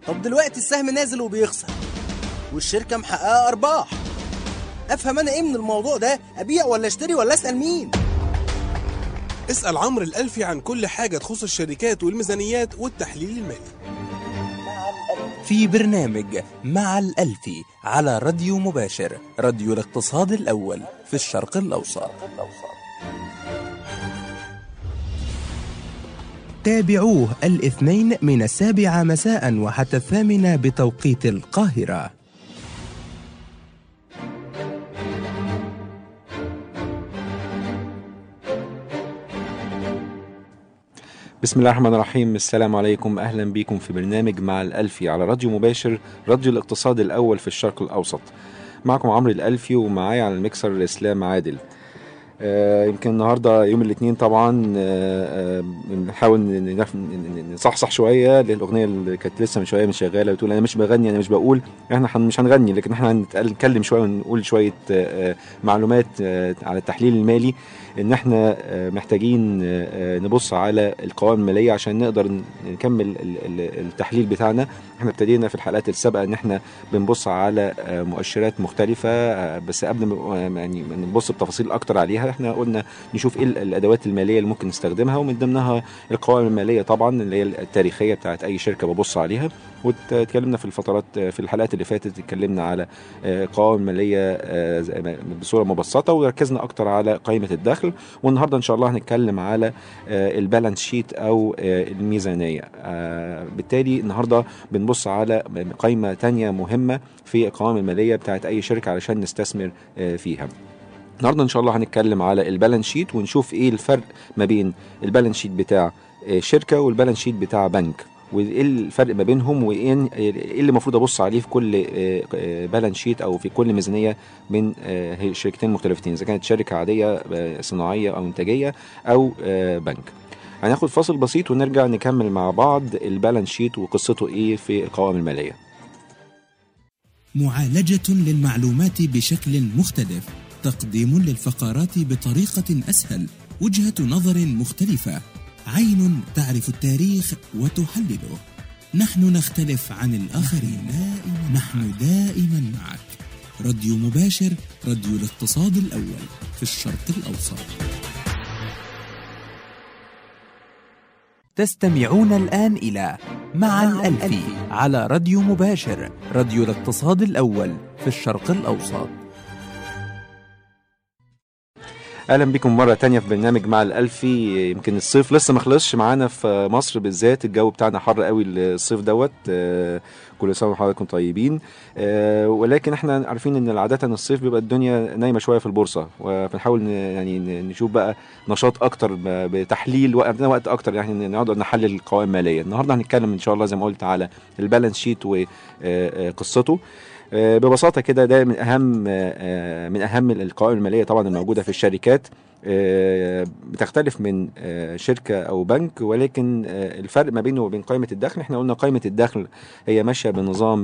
طب دلوقتي السهم نازل وبيخسر والشركة محققة أرباح، أفهم أنا إيه من الموضوع ده؟ أبيع ولا أشتري ولا أسأل مين؟ اسأل عمرو الألفي عن كل حاجة تخص الشركات والميزانيات والتحليل المالي في برنامج مع الألفي على راديو مباشر، راديو الاقتصاد الأول في الشرق الأوسط. تابعوه الاثنين من 7 مساء وحتى 8 بتوقيت القاهرة. بسم الله الرحمن الرحيم. السلام عليكم، أهلا بكم في برنامج مع الألفي على راديو مباشر، راديو الاقتصاد الأول في الشرق الأوسط. معكم عمرو الألفي ومعايا على الميكسر إسلام عادل. يمكن النهاردة يوم الاثنين طبعا بنحاول نصحصح شوية للأغنية اللي كانت لسه من شوية من شغالة بتقول أنا مش بغني أنا مش بقول. احنا مش هنغني، لكن احنا هنتكلم شوية ونقول شوية معلومات على التحليل المالي، ان احنا محتاجين نبص على القوائم المالية عشان نقدر نكمل التحليل بتاعنا. احنا ابتدينا في الحلقات السابقة ان احنا بنبص على مؤشرات مختلفة، بس قبل ما نبص بتفاصيل اكتر عليها احنا قلنا نشوف ايه الادوات المالية اللي ممكن نستخدمها، ومن ضمنها القوائم المالية طبعا اللي هي التاريخية بتاعت اي شركة ببص عليها. واتكلمنا في الحلقات اللي فاتت اتكلمنا على قوائم مالية بصورة مبسطة، وركزنا اكتر على قائمة الدخل. والنهاردة ان شاء الله هنتكلم على البالانس شيت او الميزانية. بالتالي النهاردة بنبص على قائمة تانية مهمة في القوائم المالية بتاعت اي شركة علشان نستثمر فيها. النهاردة ان شاء الله هنتكلم على البالانس شيت ونشوف ايه الفرق ما بين البالانس شيت بتاع شركة والبالانس شيت بتاع بنك، وايه الفرق ما بينهم، وايه اللي المفروض ابص عليه في كل بالانس شيت او في كل ميزانيه من شركتين مختلفتين، اذا كانت شركه عاديه صناعيه او انتاجيه او بنك. هناخد فاصل بسيط ونرجع نكمل مع بعض البالانس شيت وقصته ايه في القوائم الماليه. معالجة للمعلومات بشكل مختلف، تقديم للفقرات بطريقة أسهل، وجهة نظر مختلفة، عين تعرف التاريخ وتحلله. نحن نختلف عن الآخرين، نحن دائما معك. راديو مباشر، راديو الاقتصاد الأول في الشرق الأوسط. تستمعون الآن إلى مع الألفي على راديو مباشر، راديو الاقتصاد الأول في الشرق الأوسط. اهلا بكم مره تانية في برنامج مع الألفي. يمكن الصيف لسه ما خلصش معانا في مصر بالذات، الجو بتاعنا حر قوي الصيف دوت. كل سنه وحضراتكم طيبين. ولكن احنا عارفين ان عاده الصيف بيبقى الدنيا نايمه شويه في البورصه، وبنحاول يعني نشوف بقى نشاط اكتر بتحليل، وقتنا وقت اكتر يعني نقعد نحلل القوائم الماليه. النهارده هنتكلم ان شاء الله زي ما قلت على البالانس شيت وقصته. ببساطة كده ده من أهم القوائم المالية طبعا الموجودة في الشركات. بتختلف من شركة أو بنك، ولكن الفرق ما بينه وبين قائمة الدخل، احنا قلنا قائمة الدخل هي ماشية بنظام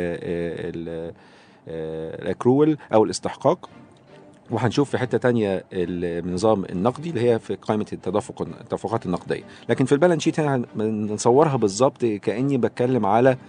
الأكرول أو الاستحقاق، وهنشوف في حتة تانية النظام النقدي اللي هي في قائمة التدفقات النقدية. لكن في البالانس شيت هنا نصورها بالظبط كأني بتكلم على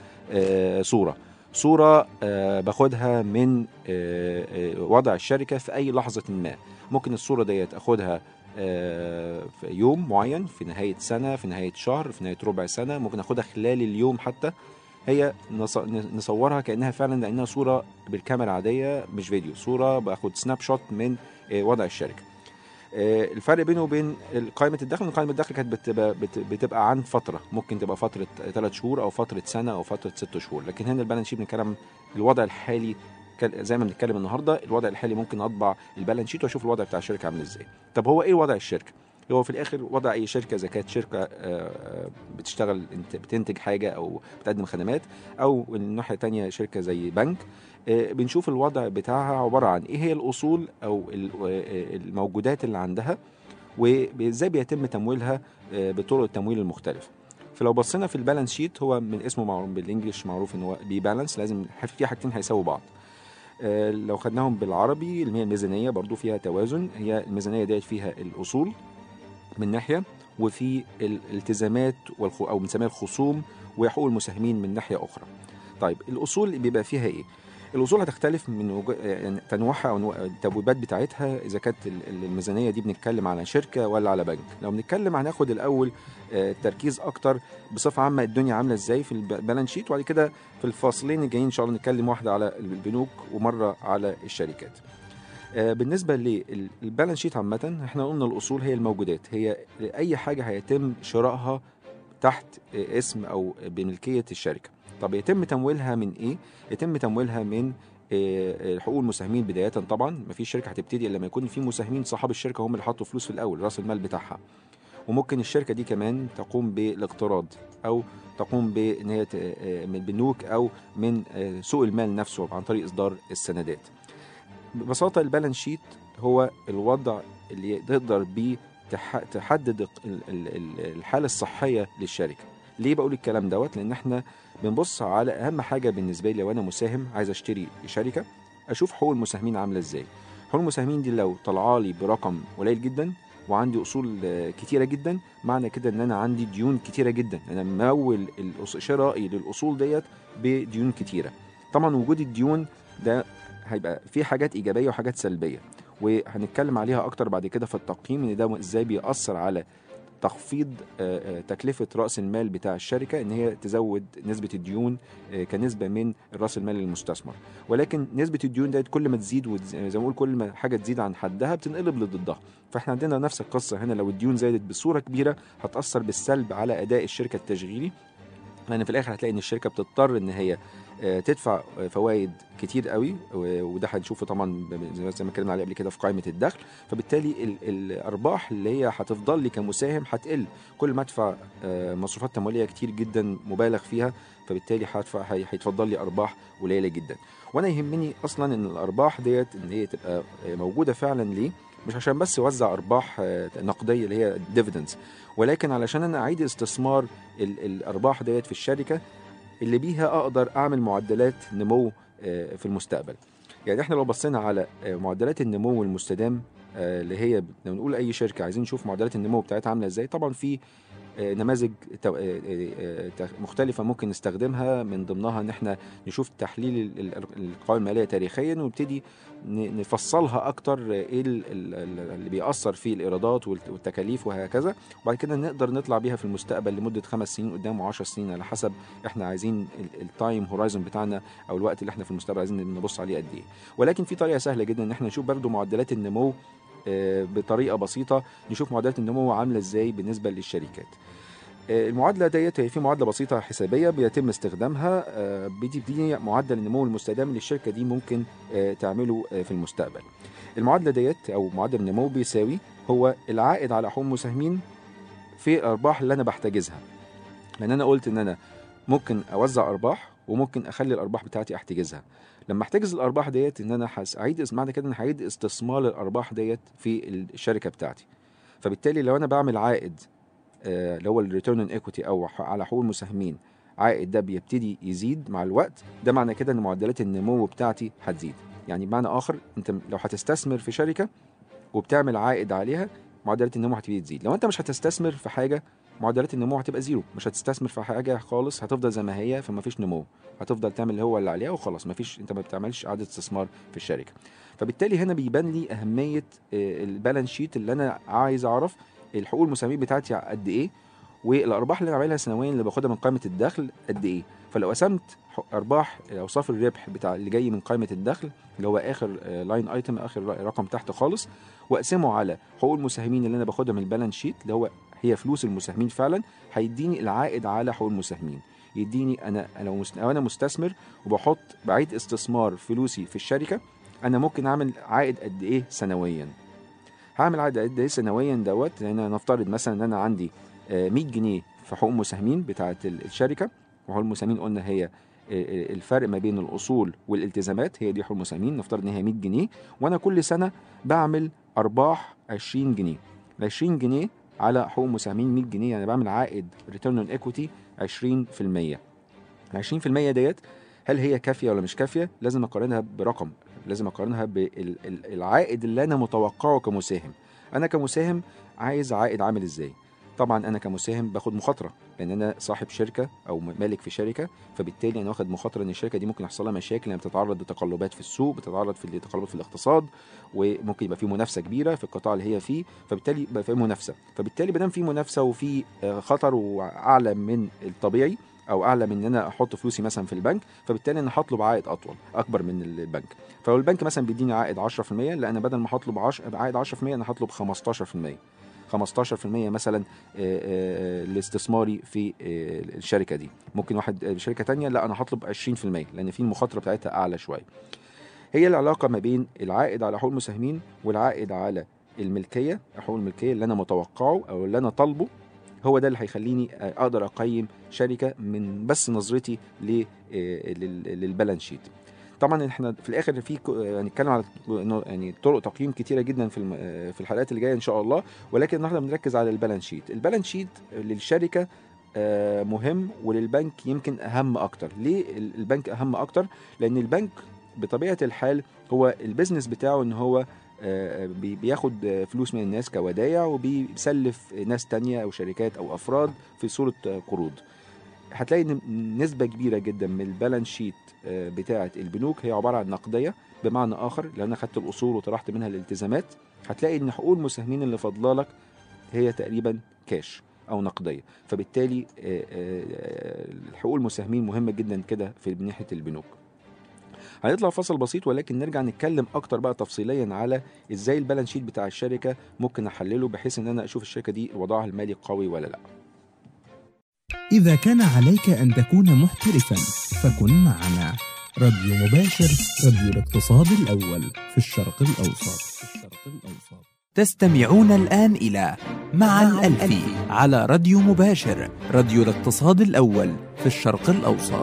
صورة باخدها من وضع الشركة في أي لحظة ما. ممكن الصورة ديت أخدها في يوم معين، في نهاية سنة، في نهاية شهر، في نهاية ربع سنة، ممكن أخدها خلال اليوم حتى. هي نصورها كأنها فعلا لأنها صورة بالكاميرا عادية مش فيديو، صورة باخد سناب شوت من وضع الشركة. الفرق بينه وبين قائمة الدخل، قائمة الدخل كانت بتبقى عن فترة، ممكن تبقى فترة 3 شهور أو فترة سنة أو فترة 6 شهور. لكن هنا البالانس شيت بنتكلم الوضع الحالي زي ما بنتكلم النهاردة. الوضع الحالي ممكن أطبع البالانس شيت وأشوف الوضع بتاع الشركة عامل إزاي. طب هو إيه وضع الشركة؟ هو في الآخر وضع أي شركة، إذا كانت شركة بتشتغل بتنتج حاجة أو بتقدم خدمات، أو من الناحية التانية شركة زي بنك، بنشوف الوضع بتاعها عبارة عن إيه هي الأصول أو الموجودات اللي عندها، وإزاي بيتم تمويلها بطرق التمويل المختلفة. فلو بصينا في البالانس شيت، هو من اسمه معروف بالإنجليش معروف إن هو بيبالانس، لازم في حاجتين هيساووا بعض. لو خدناهم بالعربي اللي هي الميزانية برضو فيها توازن. هي الميزانية ديت فيها الأصول من ناحية، وفي الالتزامات او بنسميها الخصوم وحقوق المساهمين من ناحيه اخرى. طيب الاصول بيبقى فيها ايه؟ الاصول هتختلف من يعني تنوعها او التبويبات بتاعتها، اذا كانت الميزانيه دي بنتكلم على شركه ولا على بنك. لو بنتكلم هناخد الاول تركيز اكتر بصفه عامه الدنيا عامله ازاي في البالانس شيت، وبعد كده في الفاصلين الجايين ان شاء الله نتكلم واحده على البنوك ومره على الشركات. بالنسبه للبالانس شيت عامه، احنا قلنا الاصول هي الموجودات، هي اي حاجه هيتم شرائها تحت اسم او بملكيه الشركه. طب يتم تمويلها من ايه؟ يتم تمويلها من حقوق المساهمين بدايه. طبعا مفيش شركه هتبتدي الا لما يكون في مساهمين صحاب الشركه هم اللي حطوا فلوس في الاول، راس المال بتاعها. وممكن الشركه دي كمان تقوم بالاقتراض او تقوم بان هي من البنوك او من سوق المال نفسه عن طريق اصدار السندات. ببساطه البالانس شيت هو الوضع اللي تقدر بيه تحدد الحاله الصحيه للشركه. ليه بقول الكلام دوت؟ لان احنا بنبص على اهم حاجه بالنسبه لي. لو انا مساهم عايز اشتري شركه، اشوف حقوق المساهمين عامله ازاي. حقوق المساهمين دي لو طلع لي برقم قليل جدا وعندي اصول كتيره جدا، معنى كده ان انا عندي ديون كتيره جدا، انا ممول شرائي للاصول ديت بديون كتيره. طبعا وجود الديون ده هيبقى في حاجات ايجابيه وحاجات سلبيه، وهنتكلم عليها اكتر بعد كده في التقييم، ان ده ازاي بيأثر على تخفيض تكلفة رأس المال بتاع الشركة، ان هي تزود نسبة الديون كنسبة من رأس المال المستثمر. ولكن نسبة الديون ديت كل ما تزيد، زي ما بقول كل ما حاجة تزيد عن حدها بتنقلب لضدها. فاحنا عندنا نفس القصة هنا، لو الديون زادت بصورة كبيرة هتأثر بالسلب على أداء الشركة التشغيلي، لأن في الآخر هتلاقي ان الشركة بتضطر ان هي تدفع فوائد كتير قوي، وده هنشوفه طبعا زي ما اتكلمنا عليه قبل كده في قائمه الدخل. فبالتالي الارباح اللي هي هتفضل لي كمساهم هتقل كل ما ادفع مصروفات تمويليه كتير جدا مبالغ فيها، فبالتالي هيتفضل لي ارباح قليله جدا. وانا يهمني اصلا ان الارباح ديت ان هي تبقى موجوده فعلا. ليه؟ مش عشان بس اوزع ارباح نقديه اللي هي ديفيدندز، ولكن علشان انا اعيد استثمار الارباح ديت في الشركه اللي بيها اقدر اعمل معدلات نمو في المستقبل. يعني احنا لو بصينا على معدلات النمو المستدام اللي هي لو نقول اي شركه عايزين نشوف معدلات النمو بتاعتها عامله ازاي، طبعا في نماذج مختلفة ممكن نستخدمها، من ضمنها ان احنا نشوف تحليل القوائم المالية تاريخيا ونبتدي نفصلها اكتر ايه اللي بيأثر في الايرادات والتكاليف وهكذا، وبعد كده نقدر نطلع بيها في المستقبل لمدة 5 سنين قدام و10 سنين على حسب احنا عايزين التايم هورايزون بتاعنا او الوقت اللي احنا في المستقبل عايزين نبص عليه قد ايه. ولكن في طريقة سهلة جدا ان احنا نشوف برضو معدلات النمو بطريقة بسيطة، نشوف معدلات النمو عاملة ازاي بالنسبة للشركات. المعادلة ديت هي في معادلة بسيطة حسابية بيتم استخدامها، بتديني معدل النمو المستدام للشركة دي ممكن تعمله في المستقبل. المعادلة ديت أو معدل النمو بيساوي هو العائد على حقوق المساهمين في الأرباح اللي أنا بحتجزها. لأن أنا قلت إن أنا ممكن أوزع أرباح وممكن أخلي الأرباح بتاعتي أحتجزها. لما أحتجز الأرباح ديت إن أنا هعيد، معنى كده إن هعيد استثمار الأرباح ديت في الشركة بتاعتي. فبالتالي لو أنا بعمل عائد اللي هو الريتيرن اون ايكويتي او على حقوق المساهمين، عائد ده بيبتدي يزيد مع الوقت، ده معنى كده ان معدلات النمو بتاعتي هتزيد. يعني بمعنى اخر انت لو هتستثمر في شركه وبتعمل عائد عليها، معدلات النمو هتبتدي تزيد. لو انت مش هتستثمر في حاجه، معدلات النمو هتبقى زيرو. مش هتستثمر في حاجه خالص، هتفضل زي ما هي، فما فيش نمو، هتفضل تعمل اللي هو اللي عليها وخلاص، ما فيش، انت ما بتعملش اعاده استثمار في الشركه. فبالتالي هنا بيبان لي اهميه البالانس شيت، اللي انا عايز اعرف الحقوق المساهمين بتاعتي قد ايه، والارباح اللي انا بعملها سنويا اللي باخدها من قائمه الدخل قد ايه. فلو قسمت ارباح اوصاف الربح بتاع اللي جاي من قائمه الدخل اللي هو اخر لاين ايتم، اخر رقم تحت خالص، واقسمه على حقوق المساهمين اللي انا باخدها من البالانس شيت اللي هو هي فلوس المساهمين فعلا، هيديني العائد على حقوق المساهمين. يديني انا لو انا مستثمر وبحط بعيد استثمار فلوسي في الشركه، انا ممكن اعمل عائد قد ايه سنويا. هعمل عائد قد ايه سنويا دوت، لان نفترض مثلا ان انا عندي 100 جنيه في حقوق مساهمين بتاعه الشركه، وحقوق المساهمين قلنا هي الفرق ما بين الاصول والالتزامات، هي دي حقوق المساهمين. نفترض ان هي 100 جنيه وانا كل سنه بعمل ارباح 20 جنيه. ال 20 جنيه على حقوق مساهمين 100 جنيه، يعني بعمل عائد ريتيرن اون ايكويتي 20%. ال 20% ديت هل هي كافيه ولا مش كافيه؟ لازم اقارنها برقم، لازم اقارنها بالعائد اللي انا متوقعه كمساهم. انا كمساهم عايز عائد عامل ازاي؟ طبعا انا كمساهم باخد مخاطره، لان انا صاحب شركه او مالك في شركه، فبالتالي انا واخد مخاطره ان الشركه دي ممكن يحصل لها مشاكل، لان بتتعرض لتقلبات في السوق، بتتعرض لتقلبات في الاقتصاد، وممكن يبقى في منافسه كبيره في القطاع اللي هي فيه، فبالتالي يبقى في منافسه، فبالتالي ما دام في منافسه وفي خطر واعلى من الطبيعي او اعلى من ان انا احط فلوسي مثلا في البنك، فبالتالي انا هطلب عائد اكبر من البنك. فلو البنك مثلا بيديني عائد 10%، لا انا بدل ما هطلب عائد 10% انا هطلب 15% مثلا الاستثماري في الشركه دي. ممكن واحد شركه تانية لا انا هطلب 20%، لان في المخاطره بتاعتها اعلى شويه. هي العلاقه ما بين العائد على حقوق المساهمين والعائد على الملكيه، حقوق الملكيه اللي انا متوقعه او اللي انا طالبه، هو ده اللي هيخليني اقدر اقيم شركه من بس نظرتي للبالانس شيت. طبعا احنا في الاخر في هنتكلم على يعني طرق تقييم كتيره جدا في الحلقات اللي جايه ان شاء الله، ولكن النهارده بنركز على البالانس شيت. البالانس شيت للشركه مهم، وللبنك يمكن اهم اكتر. ليه البنك اهم اكتر؟ لان البنك بطبيعه الحال هو البيزنس بتاعه ان هو بياخد فلوس من الناس كودايع، وبيسلف ناس تانية او شركات او افراد في صورة قروض. هتلاقي ان نسبة كبيرة جدا من البالانس شيت بتاعة البنوك هي عبارة عن نقدية، بمعنى اخر لو انا خدت الاصول وطرحت منها الالتزامات، هتلاقي ان حقوق المساهمين اللي فاضلالك هي تقريبا كاش او نقدية. فبالتالي حقوق المساهمين مهمة جدا كده من ناحية البنوك. هنطلع فاصل بسيط، ولكن نرجع نتكلم اكتر بقى تفصيليا على ازاي البالانس شيت بتاع الشركه ممكن احلله، بحيث ان انا اشوف الشركه دي وضعها المالي قوي ولا لا. إذا كان عليك أن تكون محترفا فكن معنا. راديو مباشر، راديو الاقتصاد الأول في الشرق الأوسط. تستمعون الآن إلى مع الألفي على راديو مباشر، راديو الاقتصاد الأول في الشرق الأوسط.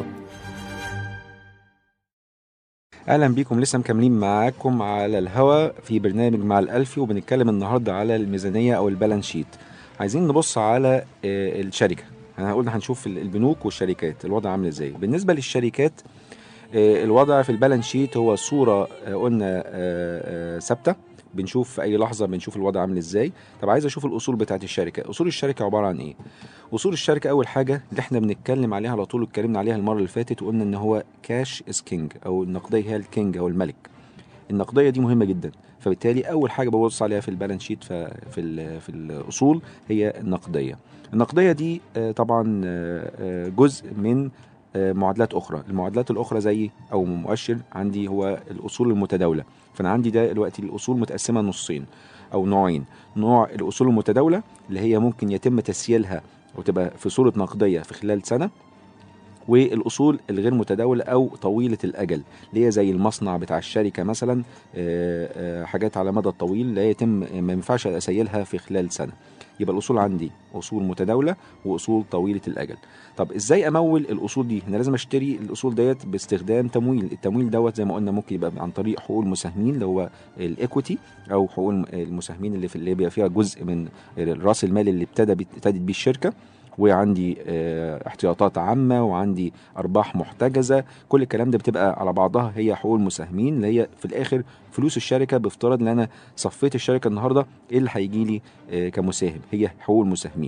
اهلا بيكم، لسه مكملين معاكم على الهواء في برنامج مع الألفي، وبنتكلم النهارده على الميزانيه او البالانس شيت. عايزين نبص على الشركه. قلنا هنشوف البنوك والشركات الوضع عامل ازاي. بالنسبه للشركات الوضع في البالانس شيت هو صوره قلنا ثابته، بنشوف في اي لحظه بنشوف الوضع عامل ازاي. طب عايز اشوف الاصول بتاعت الشركه. اصول الشركه عباره عن ايه؟ اصول الشركه اول حاجه اللي احنا بنتكلم عليها على طول، اتكلمنا عليها المره اللي فاتت وقلنا ان هو كاش از كينج، او النقديه هي الكينج او الملك. النقديه دي مهمه جدا، فبالتالي اول حاجه ببص عليها في البالانس شيت في الاصول هي النقديه. النقديه دي طبعا جزء من معادلات اخرى. المعادلات الاخرى زي او مؤشر عندي هو الاصول المتداوله. فانا عندي ده دلوقتي الاصول متقسمه نصين او نوعين. نوع الاصول المتداوله اللي هي ممكن يتم تسييلها وتبقى في صوره نقديه في خلال سنه، والاصول الغير متداوله او طويله الاجل اللي هي زي المصنع بتاع الشركه مثلا، حاجات على مدى الطويل لا يتم ما ينفعش اسيلها في خلال سنه. يبقى الاصول عندي اصول متداوله واصول طويله الاجل. طب ازاي امول الاصول دي؟ انا لازم اشتري الاصول ديت باستخدام تمويل. التمويل دوت زي ما قلنا ممكن يبقى عن طريق حقوق المساهمين اللي هو الايكويتي، او حقوق المساهمين اللي بيبقى فيها جزء من راس المال اللي ابتدت بيه الشركه، وعندي احتياطات عامة، وعندي أرباح محتجزة. كل الكلام ده بتبقى على بعضها هي حقوق المساهمين، اللي هي في الآخر فلوس الشركة. بافتراض ان أنا صفيت الشركة النهاردة، إيه اللي هيجي لي كمساهم؟ هي حقوق المساهمين.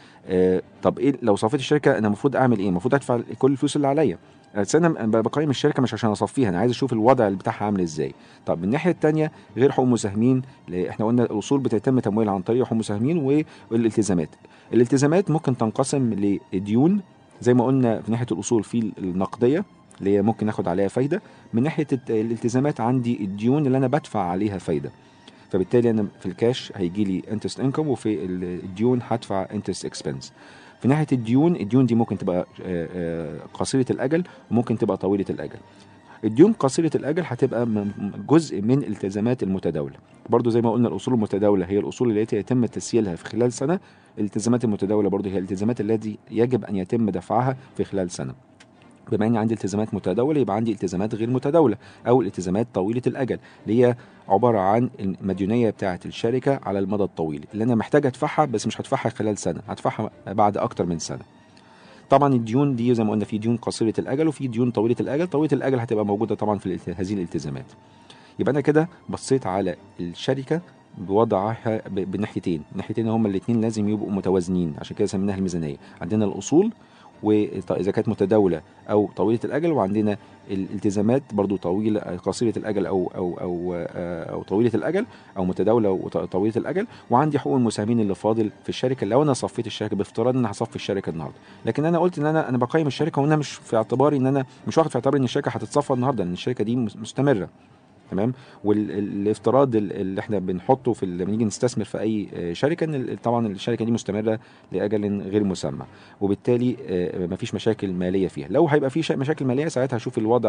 طب إيه لو صفيت الشركة؟ أنا المفروض أعمل إيه؟ المفروض أدفع كل الفلوس اللي عليا. انا بقيم الشركه مش عشان اصفيها، انا عايز اشوف الوضع اللي بتاعها عامل ازاي. طب من الناحيه الثانيه غير حقوق المساهمين، احنا قلنا الاصول بتتم تمويلها عن طريق حقوق المساهمين والالتزامات. الالتزامات ممكن تنقسم لديون زي ما قلنا في ناحيه الاصول، في النقديه اللي هي ممكن اخد عليها فايده. من ناحيه الالتزامات عندي الديون اللي انا بدفع عليها فايده، فبالتالي انا في الكاش هيجي لي انترست انكم، وفي الديون هدفع انترست اكسبنس. في ناحيه الديون دي ممكن تبقى قصيره الاجل وممكن تبقى طويله الاجل. الديون قصيره الاجل هتبقى جزء من الالتزامات المتداوله. برضو زي ما قلنا الاصول المتداوله هي الاصول التي يتم تسييلها في خلال سنه. الالتزامات المتداوله برضو هي الالتزامات التي يجب ان يتم دفعها في خلال سنه. بما ان عندي التزامات متداوله يبقى عندي التزامات غير متداوله او الالتزامات طويله الاجل، اللي هي عباره عن المديونيه بتاعه الشركه على المدى الطويل اللي انا محتاج ادفعها، بس مش هدفعها خلال سنه، هدفعها بعد اكتر من سنه. طبعا الديون دي زي ما قلنا في ديون قصيره الاجل وفي ديون طويله الاجل. طويله الاجل هتبقى موجوده طبعا في هذه الالتزامات. يبقى انا كده بصيت على الشركه بوضعها بناحيتين، ناحيتين هما الاثنين لازم يبقوا متوازنين، عشان كده سميناها الميزانيه. عندنا الاصول واذا كانت متداوله او طويله الاجل، وعندنا الالتزامات برضو طويله قصيره الاجل او طويله الاجل، او متداوله وطويله الاجل. وعندي حقوق المساهمين اللي فاضل في الشركه لو انا صفيت الشركه، بافتراض ان انا هصفي الشركه النهارده. لكن انا قلت ان انا بقيم الشركه، وانا مش في اعتباري ان انا مش واخد في اعتباري ان الشركه هتتصفى النهارده، لان الشركه دي مستمره. تمام. والافتراض اللي احنا بنحطه في لما نيجي نستثمر في اي شركه، ان طبعا الشركه دي مستمره لاجل غير مسمى، وبالتالي مفيش مشاكل ماليه فيها. لو هيبقى في مشاكل ماليه، ساعتها هشوف الوضع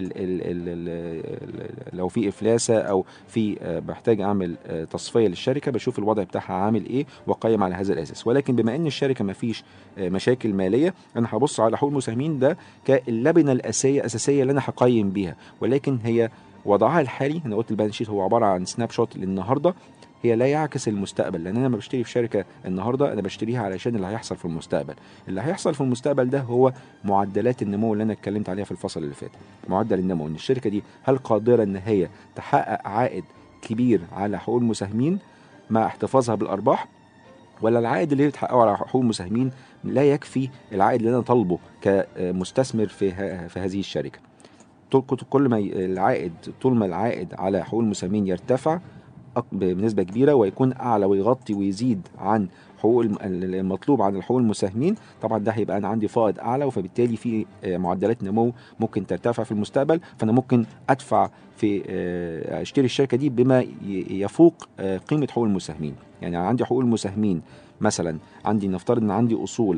لو في افلاسه او في محتاج اعمل تصفيه للشركه، بشوف الوضع بتاعها عامل ايه واقيم على هذا الاساس. ولكن بما ان الشركه مفيش مشاكل ماليه، انا هبص على حقوق المساهمين ده كاللبنه الاساسيه اللي انا هقيم بيها. ولكن هي وضعها الحالي، انا قلت البالانس شيت هو عباره عن سناب شوت للنهارده، هي لا يعكس المستقبل. لان انا لما بشتري في شركه النهارده، انا بشتريها علشان اللي هيحصل في المستقبل. اللي هيحصل في المستقبل ده هو معدلات النمو اللي انا اتكلمت عليها في الفصل اللي فات. معدل النمو، ان الشركه دي هل قادره ان هي تحقق عائد كبير على حقوق المساهمين مع احتفاظها بالارباح، ولا العائد اللي بتحققه على حقوق المساهمين لا يكفي العائد اللي انا طالبه كمستثمر في هذه الشركه. كل ما العائد، طول ما العائد على حقوق المساهمين يرتفع بنسبة كبيرة ويكون أعلى ويغطي ويزيد عن حقوق المطلوب عن الحقوق المساهمين، طبعا ده هيبقى أنا عندي فائض أعلى، فبالتالي في معدلات نمو ممكن ترتفع في المستقبل. فأنا ممكن أدفع في أشتري الشركة دي بما يفوق قيمة حقوق المساهمين. يعني عندي حقوق المساهمين مثلا، عندي نفترض أن عندي أصول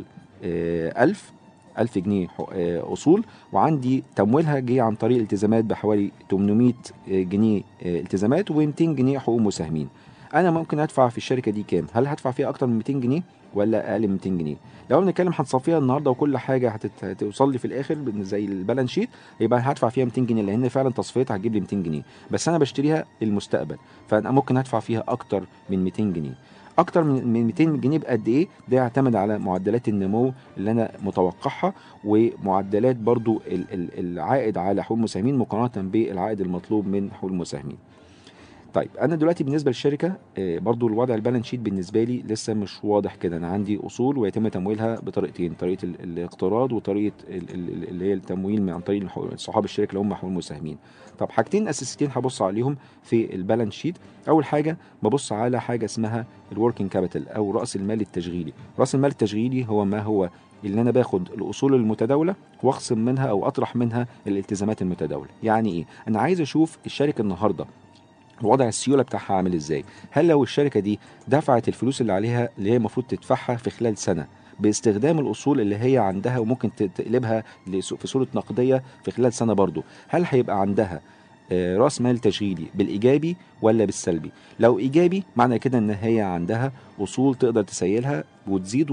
1000 جنيه أصول، وعندي تمويلها جه عن طريق التزامات بحوالي 800 جنيه التزامات و200 جنيه حقوق مساهمين. أنا ممكن أدفع في الشركة دي كام؟ هل هدفع فيها أكتر من 200 جنيه ولا أقل من 200 جنيه؟ لو بنتكلم هتصفيها النهارده وكل حاجة هتوصل لي في الآخر زي البالانس شيت، يبقى هدفع فيها 200 جنيه، لأن فعلا تصفيتها هتجيب لي 200 جنيه. بس أنا بشتريها المستقبل، فأنا ممكن أدفع فيها أكتر من 200 جنيه. اكتر من 200 جنيه بقد ايه؟ ده يعتمد على معدلات النمو اللي انا متوقعها، ومعدلات برضو العائد على حقوق المساهمين مقارنه بالعائد المطلوب من حقوق المساهمين. طيب انا دلوقتي بالنسبه للشركه برضو الوضع البالانس شيت بالنسبه لي لسه مش واضح كده. انا عندي اصول ويتم تمويلها بطريقتين، طريقه الاقتراض وطريقه اللي هي التمويل عن طريق صحاب الشركه اللي هم حقوق المساهمين. طب حاجتين اساسيتين هبص عليهم في البالانس شيت. اول حاجه ببص على حاجه اسمها الوركينج كابيتال او راس المال التشغيلي. راس المال التشغيلي هو ما هو اللي انا باخد الاصول المتداوله واخصم منها او اطرح منها الالتزامات المتداوله. يعني ايه؟ انا عايز اشوف الشركه النهارده وضع السيوله بتاعها عامل ازاي. هل لو الشركه دي دفعت الفلوس اللي عليها اللي هي المفروض تدفعها في خلال سنه باستخدام الاصول اللي هي عندها، وممكن تقلبها في صوره نقديه في خلال سنه برضو، هل هيبقى عندها راس مال تشغيلي بالايجابي ولا بالسلبي؟ لو ايجابي معنى كده ان هي عندها اصول تقدر تسيلها وتزيد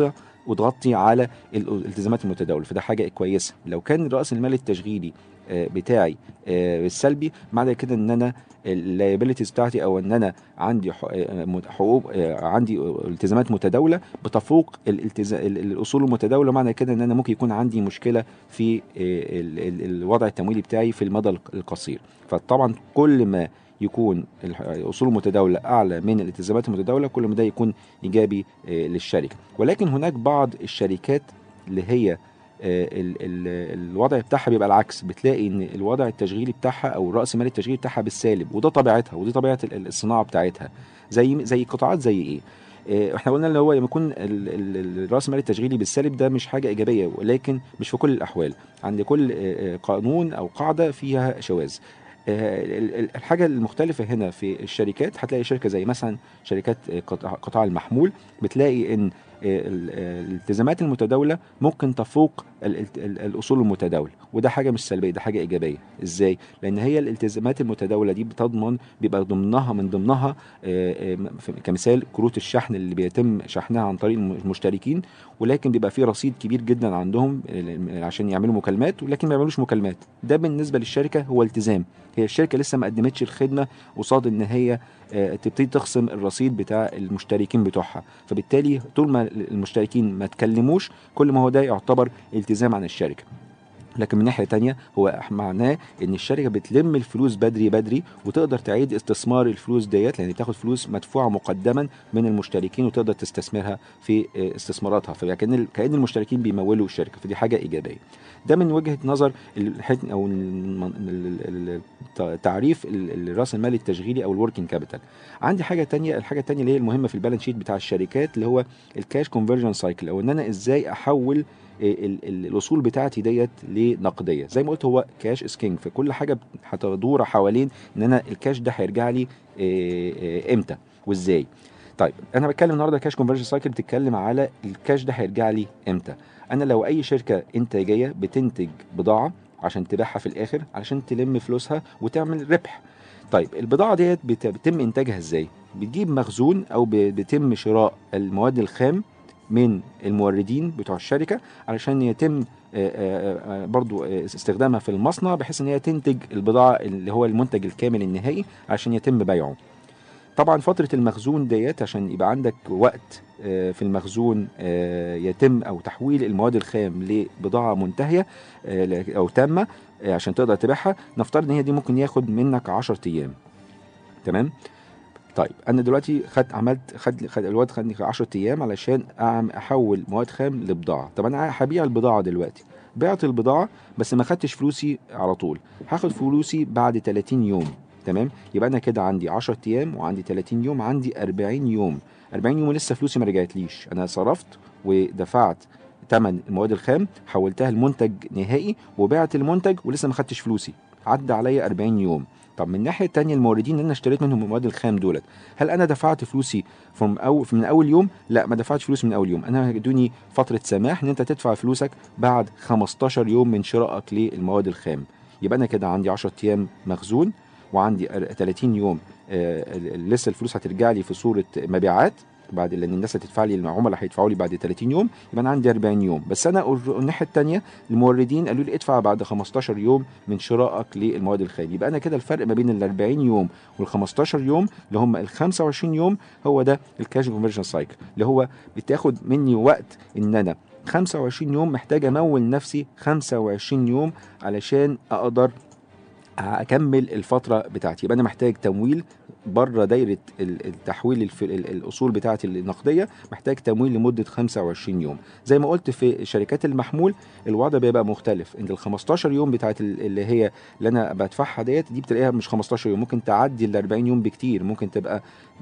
وتغطي على الالتزامات المتداوله، فده حاجه كويسه. لو كان راس المال التشغيلي بتاعي السلبي، معنى كده ان انا اللايبيليتيز بتاعتي او ان انا عندي حقوق، عندي التزامات متداوله بتفوق الاصول المتداوله، معنى كده ان انا ممكن يكون عندي مشكله في الوضع التمويلي بتاعي في المدى القصير. فطبعا كل ما يكون الاصول المتداوله اعلى من الالتزامات المتداوله، كل ما ده يكون ايجابي للشركه. ولكن هناك بعض الشركات اللي هي الوضع بتاعها بيبقى العكس، بتلاقي ان الوضع التشغيلي بتاعها او راس المال التشغيلي بتاعها بالسالب، وده طبيعتها ودي طبيعه الصناعه بتاعتها. زي قطاعات زي ايه؟ احنا قلنا اللي هو لما يكون الراس المال التشغيلي بالسالب ده مش حاجه ايجابيه، ولكن مش في كل الاحوال. عند كل قانون او قاعده فيها شواذ. الحاجه المختلفه هنا في الشركات، هتلاقي شركه زي مثلا شركات قطاع المحمول، بتلاقي ان الالتزامات المتداوله ممكن تفوق الاصول المتداوله، وده حاجه مش سلبيه، ده حاجه ايجابيه. ازاي؟ لان هي الالتزامات المتداوله دي بتضمن، بيبقى من ضمنها كمثال كروت الشحن اللي بيتم شحنها عن طريق المشتركين، ولكن بيبقى فيه رصيد كبير جدا عندهم عشان يعملوا مكالمات، ولكن ما يعملوش مكالمات. ده بالنسبه للشركه هو التزام. هي الشركه لسه ما قدمتش الخدمه قصاد ان هي تبتدي تخصم الرصيد بتاع المشتركين بتوعها، فبالتالي طول ما المشتركين ما تكلموش، كل ما هو ده يعتبر التزام عن الشركه. لكن من ناحية تانية هو معناه ان الشركة بتلم الفلوس بدري وتقدر تعيد استثمار الفلوس ديت، لان بتاخد فلوس مدفوعة مقدما من المشتركين وتقدر تستثمرها في استثماراتها، فكأن المشتركين بيمولوا الشركة، فدي حاجة إيجابية. ده من وجهة نظر او تعريف الراس المال التشغيلي او الوركينج كابيتال. عندي حاجة تانية، الحاجة التانية اللي هي المهمة في البالانس شيت بتاع الشركات اللي هو الكاش كونفرجن سايكل، او ان انا ازاي احول الاصول بتاعتي ديت لنقديه. زي ما قلت هو كاش از كينج، فكل حاجه هتدور حوالين ان انا الكاش ده هيرجع لي امتى وازاي. طيب انا بتكلم النهارده كاش كونفرجن سايكل، بتتكلم على الكاش ده هيرجع لي امتى. انا لو اي شركه انتاجيه بتنتج بضاعه عشان تبيعها في الاخر علشان تلم فلوسها وتعمل ربح. طيب البضاعه ديت بيتم انتاجها ازاي؟ بتجيب مخزون او بيتم شراء المواد الخام من الموردين بتوع الشركة علشان يتم برضو استخدامها في المصنع، بحيث ان هي تنتج البضاعة اللي هو المنتج الكامل النهائي عشان يتم بيعه. طبعا فترة المخزون ديت عشان يبقى عندك وقت في المخزون يتم او تحويل المواد الخام لبضاعة منتهية او تامة عشان تقدر تبيعها، نفترض ان هي دي ممكن ياخد منك 10 ايام. تمام. طيب انا دلوقتي الوقت خدني 10 ايام علشان احول مواد خام لبضاعه. طب انا هبيع البضاعه دلوقتي، بعت البضاعه بس ما خدتش فلوسي على طول، هاخد فلوسي بعد 30 يوم. تمام. يبقى انا كده عندي 10 ايام وعندي 30 يوم، عندي 40 يوم. 40 يوم لسه فلوسي ما رجعتليش، انا صرفت ودفعت ثمن المواد الخام، حولتها لمنتج نهائي وبعت المنتج ولسه ما خدتش فلوسي، عدى عليا 40 يوم. طب من الناحيه الثانيه الموردين اللي انا اشتريت منهم المواد الخام دولت، هل انا دفعت فلوسي من اول يوم؟ لا، ما دفعتش فلوسي من اول يوم. انا ادوني فتره سماح ان انت تدفع فلوسك بعد 15 يوم من شرائك للمواد الخام. يبقى انا كده عندي 10 ايام مخزون وعندي 30 يوم لسه الفلوس هترجع لي في صوره مبيعات، بعد لان الناس هتدفع لي، العملاء هيدفعوا لي بعد 30 يوم، يبقى انا عندي 40 يوم. بس انا الناحيه الثانيه الموردين قالوا لي ادفع بعد 15 يوم من شرائك للمواد الخام. يبقى انا كده الفرق ما بين ال 40 يوم وال 15 يوم اللي هم ال 25 يوم هو ده الكاش كونفرجن سايكل، اللي هو بتاخد مني وقت ان انا 25 يوم محتاج امول نفسي 25 يوم علشان اقدر اكمل الفتره بتاعتي. يبقى انا محتاج تمويل بره دايره التحويل الاصول بتاعتي النقديه، محتاج تمويل لمده 25 يوم. زي ما قلت في شركات المحمول الوضع بيبقى مختلف، ان ال 15 يوم بتاعت اللي انا بدفعها دي بتلاقيها مش 15 يوم، ممكن تعدي ال 40 يوم بكتير، ممكن تبقى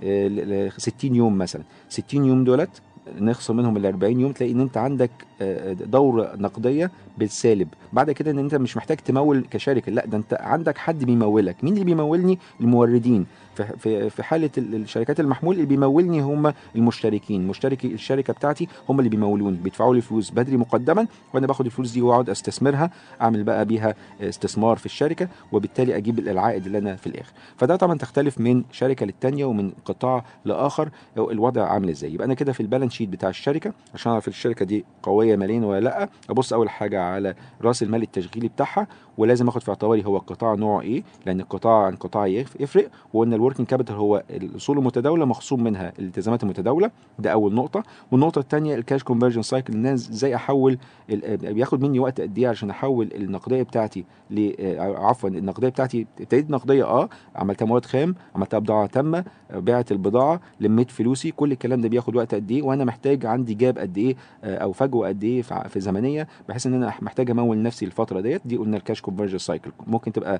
60 يوم مثلا. 60 يوم دولت نخصم منهم ال 40 يوم، تلاقي ان انت عندك دورة نقدية بالسالب. بعد كده ان انت مش محتاج تمول كشركة، لا ده انت عندك حد بيمولك. مين اللي بيمولني؟ الموردين. في حالة الشركات المحمول اللي بيمولني هم المشتركين، مشتركي الشركة بتاعتي هم اللي بيمولوني، بيدفعوا لي فلوس بدري مقدما، وانا باخد الفلوس دي واقعد استثمرها، اعمل بقى بيها استثمار في الشركة، وبالتالي اجيب العائد اللي انا في الاخر. فده طبعا تختلف من شركة للتانية ومن قطاع لاخر الوضع عامل ازاي. يبقى انا كده في البالانس شيت بتاع الشركة عشان اعرف الشركة دي قوية ماليا ولا لا، ابص اول حاجة على راس المال التشغيلي بتاعها، ولازم اخد في اعتباري هو القطاع نوعه ايه، لان القطاع عن قطاع يفرق. وقلنا الوركينج كابيتال هو الاصول المتداوله مخصوم منها الالتزامات المتداوله، ده اول نقطه. والنقطه الثانيه الكاش كونفرجن سايكل، الناس ازاي احول، بياخد مني وقت قد ايه عشان احول النقديه بتاعتي النقديه بتاعتي ابتديت نقديه عملتها مواد خام، عملتها بضاعه تامه، بعت البضاعه، لميت فلوسي، كل الكلام ده بياخد وقت قد ايه، وانا محتاج عندي جاب قد ايه او فجوه قد ايه في زمنيه، بحيث ان انا محتاج امول نفسي الفتره دي قلنا الكاش كونفرجن سايكل. ممكن تبقى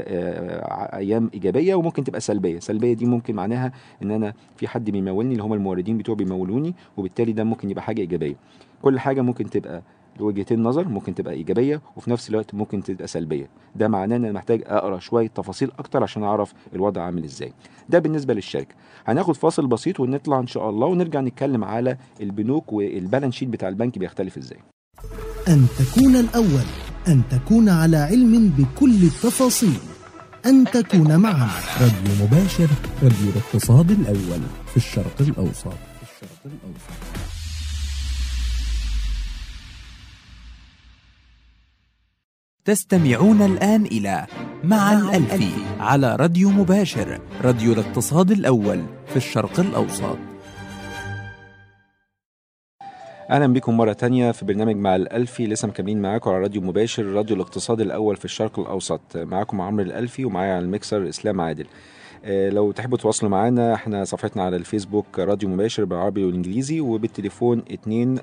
ايام ايجابيه وممكن تبقى سلبيه. سلبيه دي ممكن معناها ان انا في حد بيمولني اللي هم الموردين بتوعي بيمولوني، وبالتالي ده ممكن يبقى حاجه ايجابيه. كل حاجه ممكن تبقى لوجهتين نظر، ممكن تبقى ايجابيه وفي نفس الوقت ممكن تبقى سلبيه. ده معناه ان انا محتاج اقرا شويه تفاصيل اكتر عشان اعرف الوضع عامل ازاي. ده بالنسبه للشركه. هناخد فاصل بسيط ونطلع ان شاء الله ونرجع نتكلم على البنوك والبالانس شيت بتاع البنك بيختلف ازاي. أن تكون الأول، أن تكون على علم بكل التفاصيل، أن تكون معنا. راديو مباشر، راديو الاقتصاد الأول في الشرق الأوسط. تستمعون الآن إلى مع الألفي على راديو مباشر، راديو الاقتصاد الأول في الشرق الأوسط. اهلا بكم مره تانية في برنامج مع الالفي. لسه مكملين معاكم على راديو مباشر، راديو الاقتصاد الاول في الشرق الاوسط. معاكم عمرو الالفي ومعايا على الميكسر اسلام عادل. لو تحبوا تواصلوا معانا، احنا صفحتنا على الفيسبوك راديو مباشر بالعربي والانجليزي، وبالتليفون 2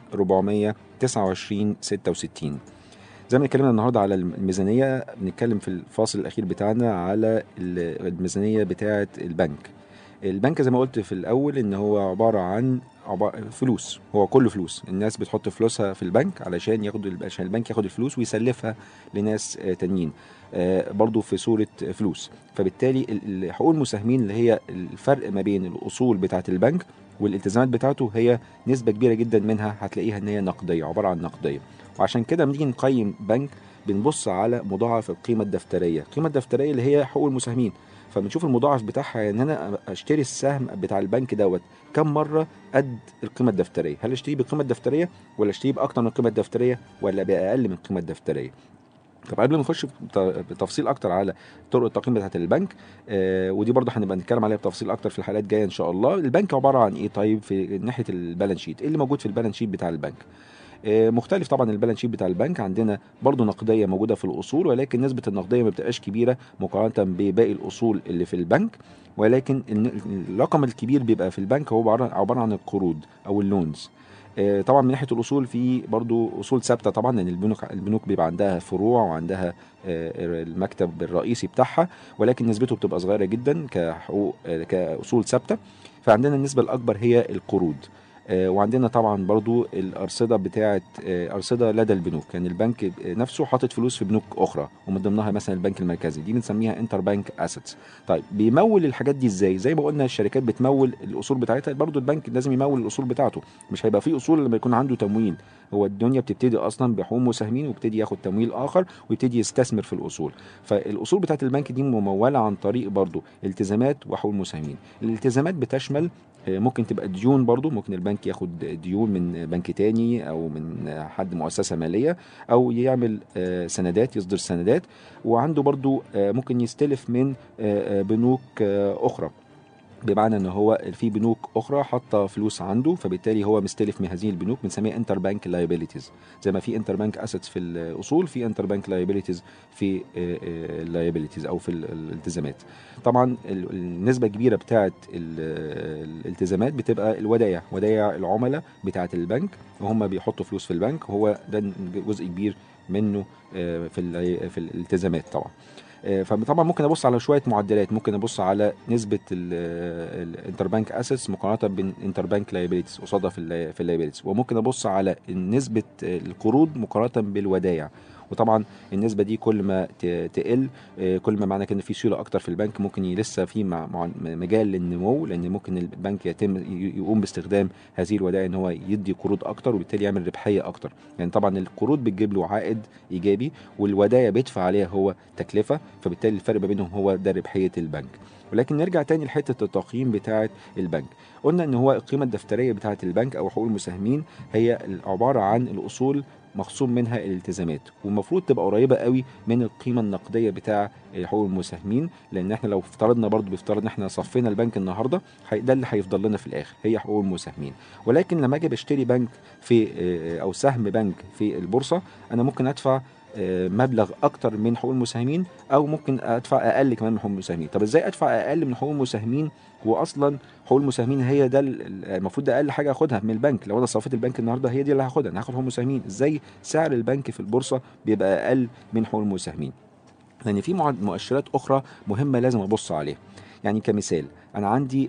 429 66. زي ما اتكلمنا النهارده على الميزانيه، بنتكلم في الفاصل الاخير بتاعنا على الميزانيه بتاعه البنك. البنك زي ما قلت في الاول ان هو عباره عن فلوس، هو كله فلوس. الناس بتحط فلوسها في البنك عشان البنك ياخد الفلوس ويسلفها لناس تانيين برضو في صورة فلوس. فبالتالي حقوق المساهمين اللي هي الفرق ما بين الأصول بتاعة البنك والالتزامات بتاعته، هي نسبة كبيرة جدا منها هتلاقيها ان هي نقدية، عبارة عن نقدية. وعشان كده لما نيجي نقيم بنك بنبص على مضاعف القيمة الدفترية. القيمة الدفترية اللي هي حقوق المساهمين، فبنشوف المضاعف بتاعها ان انا اشتري السهم بتاع البنك دوت كم مره قد القيمه الدفتريه. هل اشتريه بالقيمه الدفتريه ولا اشتريه باكتر من القيمه الدفتريه ولا باقل من القيمه الدفتريه؟ طب قبل ما نخش بتفصيل اكتر على طرق التقييم بتاعه البنك، ودي برضه هنبقى نتكلم عليها بتفصيل اكتر في الحلقات الجايه ان شاء الله. البنك عباره عن ايه؟ طيب في ناحيه البالانس شيت، ايه اللي موجود في البالانس شيت بتاع البنك؟ مختلف طبعا. البالانس شيت بتاع البنك عندنا برضو نقديه موجوده في الاصول، ولكن نسبه النقديه ما بتبقاش كبيره مقارنه بباقي الاصول اللي في البنك. ولكن الرقم الكبير بيبقى في البنك هو عباره عن القروض او اللونز. طبعا من ناحيه الاصول في برضو اصول ثابته طبعا، لان البنوك بيبقى عندها فروع وعندها المكتب الرئيسي بتاعها، ولكن نسبته بتبقى صغيره جدا كحقوق كاصول ثابته. فعندنا النسبه الاكبر هي القروض. وعندنا طبعا برضو الأرصدة بتاعة أرصدة لدى البنوك، يعني البنك نفسه حاطط فلوس في بنوك أخرى ومن ضمنها مثلا البنك المركزي، دي بنسميها انتر بانك اسيتس. طيب بيمول الحاجات دي ازاي؟ زي ما قلنا الشركات بتمول الأصول بتاعتها، برضو البنك لازم يمول الأصول بتاعته. مش هيبقى فيه أصول لما يكون عنده تمويل. هو الدنيا بتبتدي أصلا بحقوق مساهمين ويبتدي ياخد تمويل آخر ويبتدي يستثمر في الأصول. فالأصول بتاعة البنك دي ممولة عن طريق برضو التزامات وحقوق المساهمين. الالتزامات بتشمل ممكن تبقى ديون، برضو ممكن البنك ياخد ديون من بنك تاني او من حد مؤسسة مالية، او يعمل سندات، يصدر سندات. وعنده برضو ممكن يستلف من بنوك اخرى، بمعنى ان هو في بنوك اخرى حاطه فلوس عنده، فبالتالي هو مستلف من هذه البنوك، بنسميها انتر بانك لايبيليتيز. زي ما في انتر بانك اسيتس في الاصول، في انتر بانك لايبيليتيز في اللايبيليتيز او في الالتزامات. طبعا النسبه الكبيره بتاعه الالتزامات بتبقى الودائع، ودائع العملاء بتاعه البنك، وهم بيحطوا فلوس في البنك، وهو ده جزء كبير منه في الالتزامات طبعا. فطبعا ممكن ابص على شويه معدلات، ممكن ابص على نسبه الانتر بانك اسيتس مقارنه بالانتر بانك لايبيليتيز قصادها في اللايبيليتيز، وممكن ابص على نسبه القروض مقارنه بالودائع. وطبعا النسبه دي كل ما تقل كل ما معنى كده في سيوله اكتر في البنك، ممكن لسه في مجال للنمو، لان ممكن البنك يقوم باستخدام هذه الودائع ان هو يدي قروض اكتر وبالتالي يعمل ربحيه اكتر. يعني طبعا القروض بتجيب له عائد ايجابي والودائع بيدفع عليها هو تكلفه، فبالتالي الفرق ما بينهم هو ده ربحيه البنك. ولكن نرجع تاني لحته التقييم بتاعه البنك. قلنا ان هو القيمه الدفتريه بتاعه البنك او حقوق المساهمين هي عباره عن الاصول مخصوم منها الالتزامات، والمفروض تبقى قريبه قوي من القيمه النقديه بتاع حقوق المساهمين، لان احنا لو افترضنا برضو بيفترض ان احنا صفينا البنك النهارده، ده اللي هيفضل لنا في الاخر هي حقوق المساهمين. ولكن لما اجي بشتري بنك في او سهم بنك في البورصه، انا ممكن ادفع مبلغ اكتر من حقوق المساهمين، او ممكن ادفع اقل كمان من حقوق المساهمين. طب ازاي ادفع اقل من حقوق المساهمين واصلا حقوق المساهمين هي ده المفروض ده اقل حاجه اخدها من البنك؟ لو انا صفيت البنك النهارده هي دي اللي هاخدها، انا هاخد حقوق المساهمين. ازاي سعر البنك في البورصه بيبقى اقل من حقوق المساهمين؟ لان في مؤشرات اخرى مهمه لازم ابص عليها. يعني كمثال انا عندي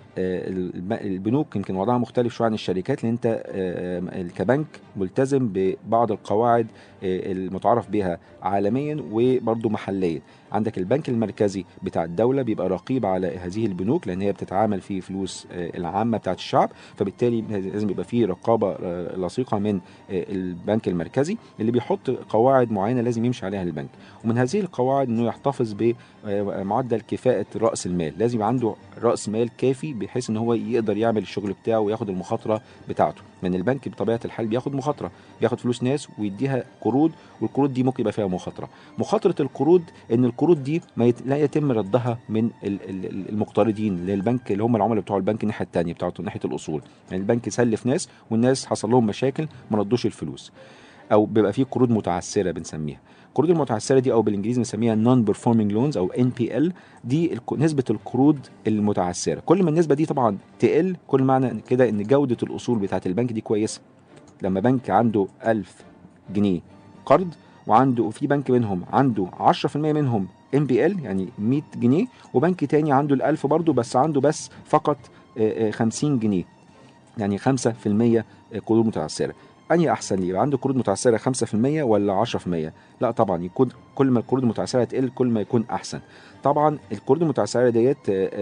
البنوك يمكن وضعها مختلف شويه عن الشركات، لان انت كبنك ملتزم ببعض القواعد المتعارف بها عالميا وبرضه محليا. عندك البنك المركزي بتاع الدوله بيبقى رقيب على هذه البنوك، لان هي بتتعامل في فلوس العامه بتاعت الشعب، فبالتالي لازم يبقى في رقابه لصيقه من البنك المركزي اللي بيحط قواعد معينه لازم يمشي عليها البنك. ومن هذه القواعد انه يحتفظ بمعدل كفاءه راس المال، لازم يبقى عنده راس مال كافي بحيث ان هو يقدر يعمل الشغل بتاعه وياخد المخاطره بتاعته، لان البنك بطبيعه الحال بياخد مخاطره، بياخد فلوس ناس ويديها قروض، والقروض دي ممكن يبقى فيها مخاطره القروض ان القروض دي لا يتم ردها من المقترضين للبنك اللي هم العملاء بتوع البنك الناحيه الثانيه بتاعته ناحيه الاصول. يعني البنك سلف ناس والناس حصل لهم مشاكل ما ردوش الفلوس، او بيبقى فيه قروض متعثره بنسميها. القروض المتعثره دي او بالانجليزي بنسميها نون بيرفورمينج لونز او NPL. دي نسبه القروض المتعثره، كل ما النسبه دي طبعا تقل كل معنى كده ان جوده الاصول بتاعه البنك دي كويسه. لما بنك عنده 1000 جنيه قرض وفي بنك منهم عنده 10% منهم NPL يعني 100 جنيه، وبنك تاني عنده 1000 برضه بس عنده فقط 50 جنيه يعني 5% قروض متعثره. أنهي أحسن لي؟ يبقى عنده قروض متعثرة 5% ولا 10%؟ لا طبعا يكون كل ما القروض المتعثرة تقل كل ما يكون أحسن. طبعا القروض المتعثرة ديت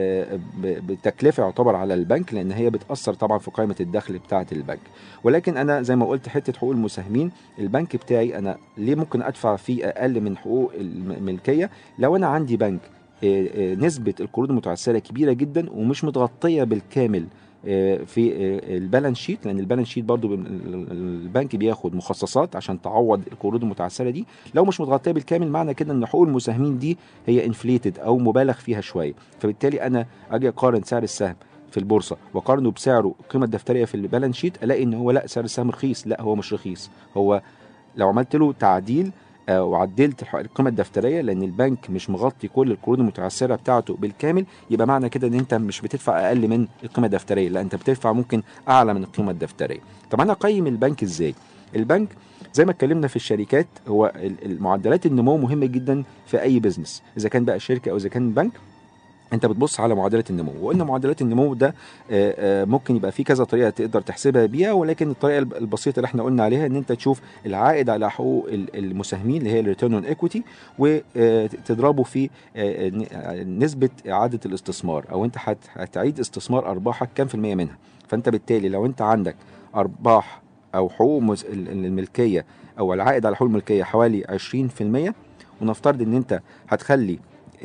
بتكلفة يعتبر على البنك، لأن هي بتأثر طبعا في قائمة الدخل بتاعة البنك. ولكن أنا زي ما قلت حتة حقوق المساهمين، البنك بتاعي أنا ليه ممكن أدفع فيه أقل من حقوق الملكية؟ لو أنا عندي بنك نسبة القروض المتعثرة كبيرة جدا ومش متغطية بالكامل في البالانس شيت، لان البالانس شيت برضو البنك بياخد مخصصات عشان تعوض القروض المتعثره دي، لو مش متغطيه بالكامل معنى كده ان حقوق المساهمين دي هي انفليتد او مبالغ فيها شويه. فبالتالي انا اجي اقارن سعر السهم في البورصه واقارنه بسعره القيمه الدفتريه في البالانس شيت، الاقي ان هو لا سعر السهم رخيص. لا هو مش رخيص، هو لو عملت له تعديل وعدلت القيمه الدفتريه لان البنك مش مغطي كل القروض المتعثره بتاعته بالكامل، يبقى معنى كده ان انت مش بتدفع اقل من القيمه الدفتريه، لا انت بتدفع ممكن اعلى من القيمه الدفتريه. طب انا اقيم البنك ازاي؟ البنك زي ما اتكلمنا في الشركات، هو المعدلات النمو مهمه جدا في اي بزنس، اذا كان بقى شركه او اذا كان بنك. انت بتبص على معدلات النمو، وقلنا معدلات النمو ده ممكن يبقى في كذا طريقه تقدر تحسبها بيها، ولكن الطريقه البسيطه اللي احنا قلنا عليها ان انت تشوف العائد على حقوق المساهمين اللي هي الريتيرن اون ايكويتي، وتضربه في نسبه اعاده الاستثمار، او انت هتعيد استثمار ارباحك كام في الميه منها. فانت بالتالي لو انت عندك ارباح او حقوق الملكيه او العائد على حقوق الملكيه حوالي 20%، ونفترض ان انت هتخلي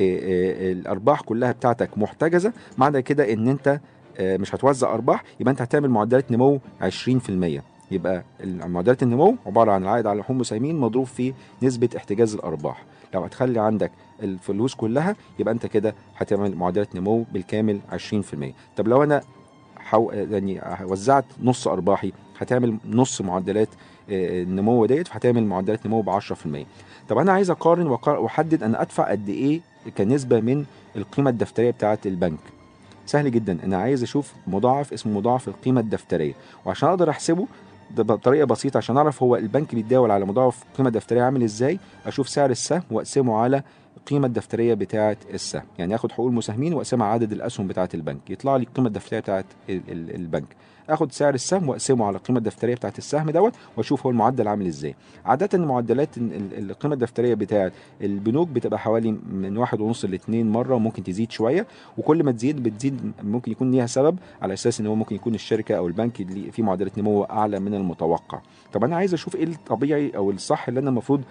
الارباح كلها بتاعتك محتجزه، معنى كده ان انت مش هتوزع ارباح، يبقى انت هتعمل معدلات نمو 20%. يبقى معدلات النمو عباره عن العائد على حقوق المساهمين مضروب في نسبه احتجاز الارباح. لو هتخلي عندك الفلوس كلها يبقى انت كده هتعمل معدلات نمو بالكامل 20%. طب لو انا يعني وزعت نص ارباحي هتعمل نص معدلات النمو ديت، فهتعمل معدلات نمو ب 10%. طب انا عايز اقارن واحدد انا ادفع قد ايه كنسبه من القيمه الدفتريه بتاعه البنك. سهل جدا، انا عايز اشوف مضاعف اسمه مضاعف القيمه الدفتريه، وعشان اقدر احسبه ده بطريقه بسيطه عشان اعرف هو البنك بيتداول على مضاعف القيمه الدفتريه عامل ازاي، اشوف سعر السهم واقسمه على القيمه الدفتريه بتاعه السهم، يعني اخد حقوق المساهمين واقسمها على عدد الاسهم بتاعه البنك يطلع لي القيمه الدفتريه بتاعه البنك. اخد سعر السهم واقسمه على القيمه الدفتريه بتاعه السهم دوت واشوف هو المعدل عامل ازاي. عاده معدلات القيمه الدفتريه بتاعه البنوك بتبقى حوالي من 1.5 ل 2 مره، وممكن تزيد شويه، وكل ما بتزيد ممكن يكون ليها سبب على اساس ان هو ممكن يكون الشركه او البنك اللي فيه معدلات نمو اعلى من المتوقع. طب انا عايز اشوف ايه الطبيعي او الصح اللي انا المفروض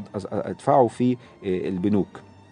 ادفعه في البنوك.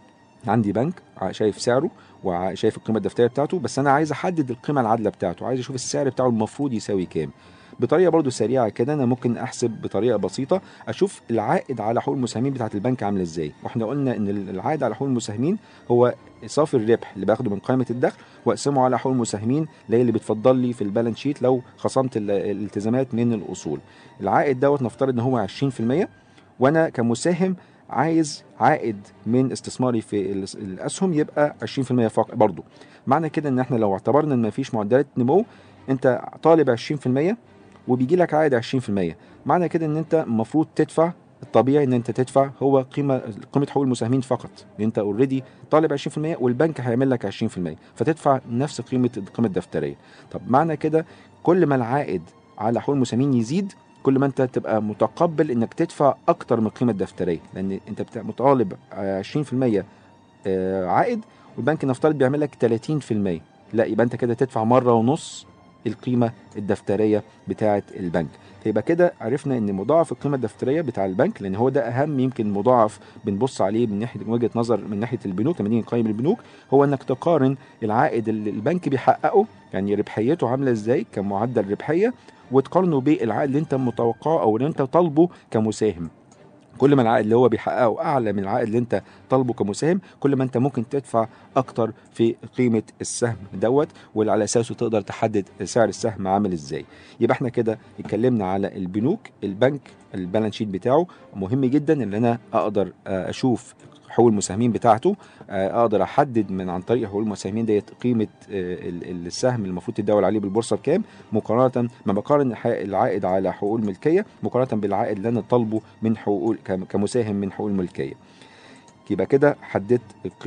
عندي بنك شايف سعره وشايف القيمه الدفتريه بتاعته، بس انا عايز احدد القيمه العادله بتاعته، عايز اشوف السعر بتاعه المفروض يساوي كام. بطريقه برضو سريعه كده انا ممكن احسب بطريقه بسيطه، اشوف العائد على حقوق المساهمين بتاعه البنك عامل ازاي. واحنا قلنا ان العائد على حقوق المساهمين هو صافي الربح اللي باخده من قائمه الدخل واقسمه على حقوق المساهمين اللي هي اللي بتفضل لي في البالانس شيت لو خصمت الالتزامات من الاصول. العائد دوت نفترض ان هو 20%، وانا كمساهم عايز عائد من استثماري في الاسهم يبقى 20% فقط برضو. معنى كده ان احنا لو اعتبرنا ان مفيش معدلات نمو، انت طالب 20% وبيجي لك عائد 20%، معنى كده ان انت المفروض تدفع، الطبيعي ان انت تدفع هو قيمه حقوق المساهمين فقط، لان انت اوريدي طالب 20% والبنك هيعمل لك 20%، فتدفع نفس قيمه القيمه الدفتريه. طب معنى كده كل ما العائد على حقوق المساهمين يزيد كل ما انت تبقى متقبل انك تدفع اكتر من القيمه الدفتريه، لان انت مطالب 20% عائد والبنك نفترض بيعمل لك 30%، لا يبقى انت كده تدفع مره ونص القيمة الدفترية بتاعة البنك. فيبقى كده عرفنا ان مضاعف القيمة الدفترية بتاع البنك، لان هو ده اهم يمكن مضاعف بنبص عليه من ناحية وجهة نظر من ناحية البنوك لما نيجي نقيم البنوك، هو انك تقارن العائد اللي البنك بيحققه، يعني ربحيته عاملة ازاي كمعدل ربحية، وتقارنه بالعائد اللي انت متوقعه او اللي انت طالبه كمساهم. كل ما العائد اللي هو بيحققه اعلى من العائد اللي انت طالبه كمساهم، كل ما انت ممكن تدفع اكتر في قيمه السهم دوت، واللي على اساسه تقدر تحدد سعر السهم عامل ازاي. يبقى احنا كده اتكلمنا على البنوك. البنك البالانس شيت بتاعه مهم جدا ان انا اقدر اشوف حقوق المساهمين بتاعته، اقدر احدد من عن طريق حقوق المساهمين ديت قيمه السهم اللي المفروض تداول عليه بالبورصه بكام، مقارنه ما بقارن العائد على حقوق الملكيه مقارنه بالعائد اللي انا طالبه من حقوق كمساهم من حقوق الملكيه. يبقى كده حددت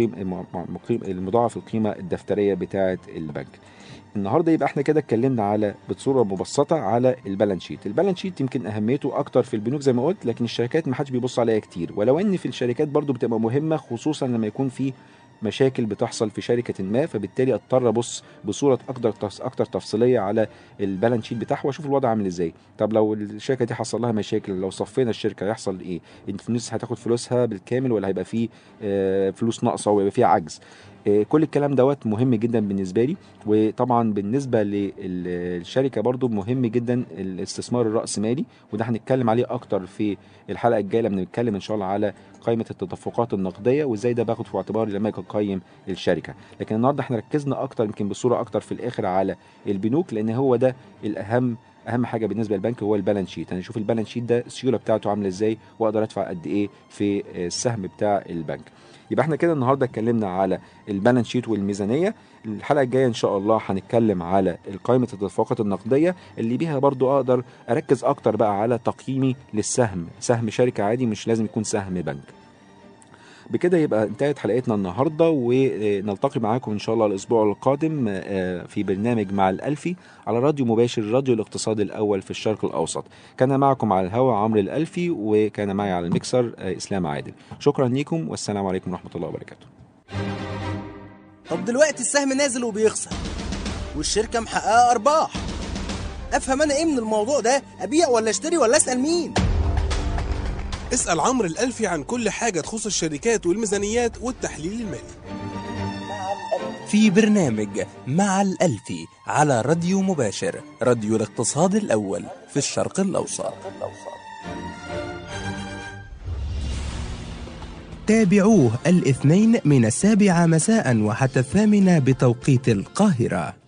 المضاعف القيمه الدفتريه بتاعه البنك. النهارده يبقى احنا كده اتكلمنا على بصوره مبسطه على البالانس شيت. البالانس شيت يمكن اهميته اكتر في البنوك زي ما قلت، لكن الشركات ما حدش بيبص عليها كتير، ولو ان في الشركات برضو بتبقى مهمه، خصوصا لما يكون في مشاكل بتحصل في شركه ما، فبالتالي اضطر ابص بصوره اكتر تفصيليه على البالانس شيت بتاعها واشوف الوضع عامل ازاي. طب لو الشركه دي حصل لها مشاكل، لو صفينا الشركه هيحصل ايه؟ الفلوس هتاخد فلوسها بالكامل ولا هيبقى فيه فلوس ناقصه ويبقى فيه عجز؟ كل الكلام دوت مهم جدا بالنسبه لي. وطبعا بالنسبه للشركه برضو مهم جدا الاستثمار الرأسمالي، وده هنتكلم عليه اكتر في الحلقه الجايه لما نتكلم ان شاء الله على قائمه التدفقات النقديه وازاي ده باخد في اعتباري لما اجي اقيم الشركه. لكن النهارده احنا ركزنا اكتر يمكن بصوره اكتر في الاخر على البنوك، لان هو ده الاهم. اهم حاجه بالنسبه للبنك هو البالانس شيت. انا اشوف البالانس شيت ده السيوله بتاعته عامله ازاي، واقدر ادفع قد ايه في السهم بتاع البنك. يبقى احنا كده النهارده اتكلمنا على البالانس شيت والميزانيه. الحلقه الجايه ان شاء الله هنتكلم على قائمه التدفقات النقديه، اللي بيها برضو اقدر اركز اكتر بقى على تقييمي للسهم، سهم شركه عادي مش لازم يكون سهم بنك. بكده يبقى انتهت حلقتنا النهارده، ونلتقي معاكم ان شاء الله الاسبوع القادم في برنامج مع الألفي على راديو مباشر، راديو الاقتصاد الاول في الشرق الاوسط. كان معكم على الهواء عمرو الألفي، وكان معي على الميكسر اسلام عادل. شكرا لكم والسلام عليكم ورحمه الله وبركاته. طب دلوقتي السهم نازل وبيخسر والشركه محققه ارباح، افهم انا ايه من الموضوع ده؟ ابيع ولا اشتري ولا اسال مين؟ اسأل عمرو الألفي عن كل حاجة تخص الشركات والميزانيات والتحليل المالي. في برنامج مع الألفي على راديو مباشر، راديو الاقتصاد الأول في الشرق الأوسط. تابعوه الاثنين من 7 مساء وحتى 8 بتوقيت القاهرة.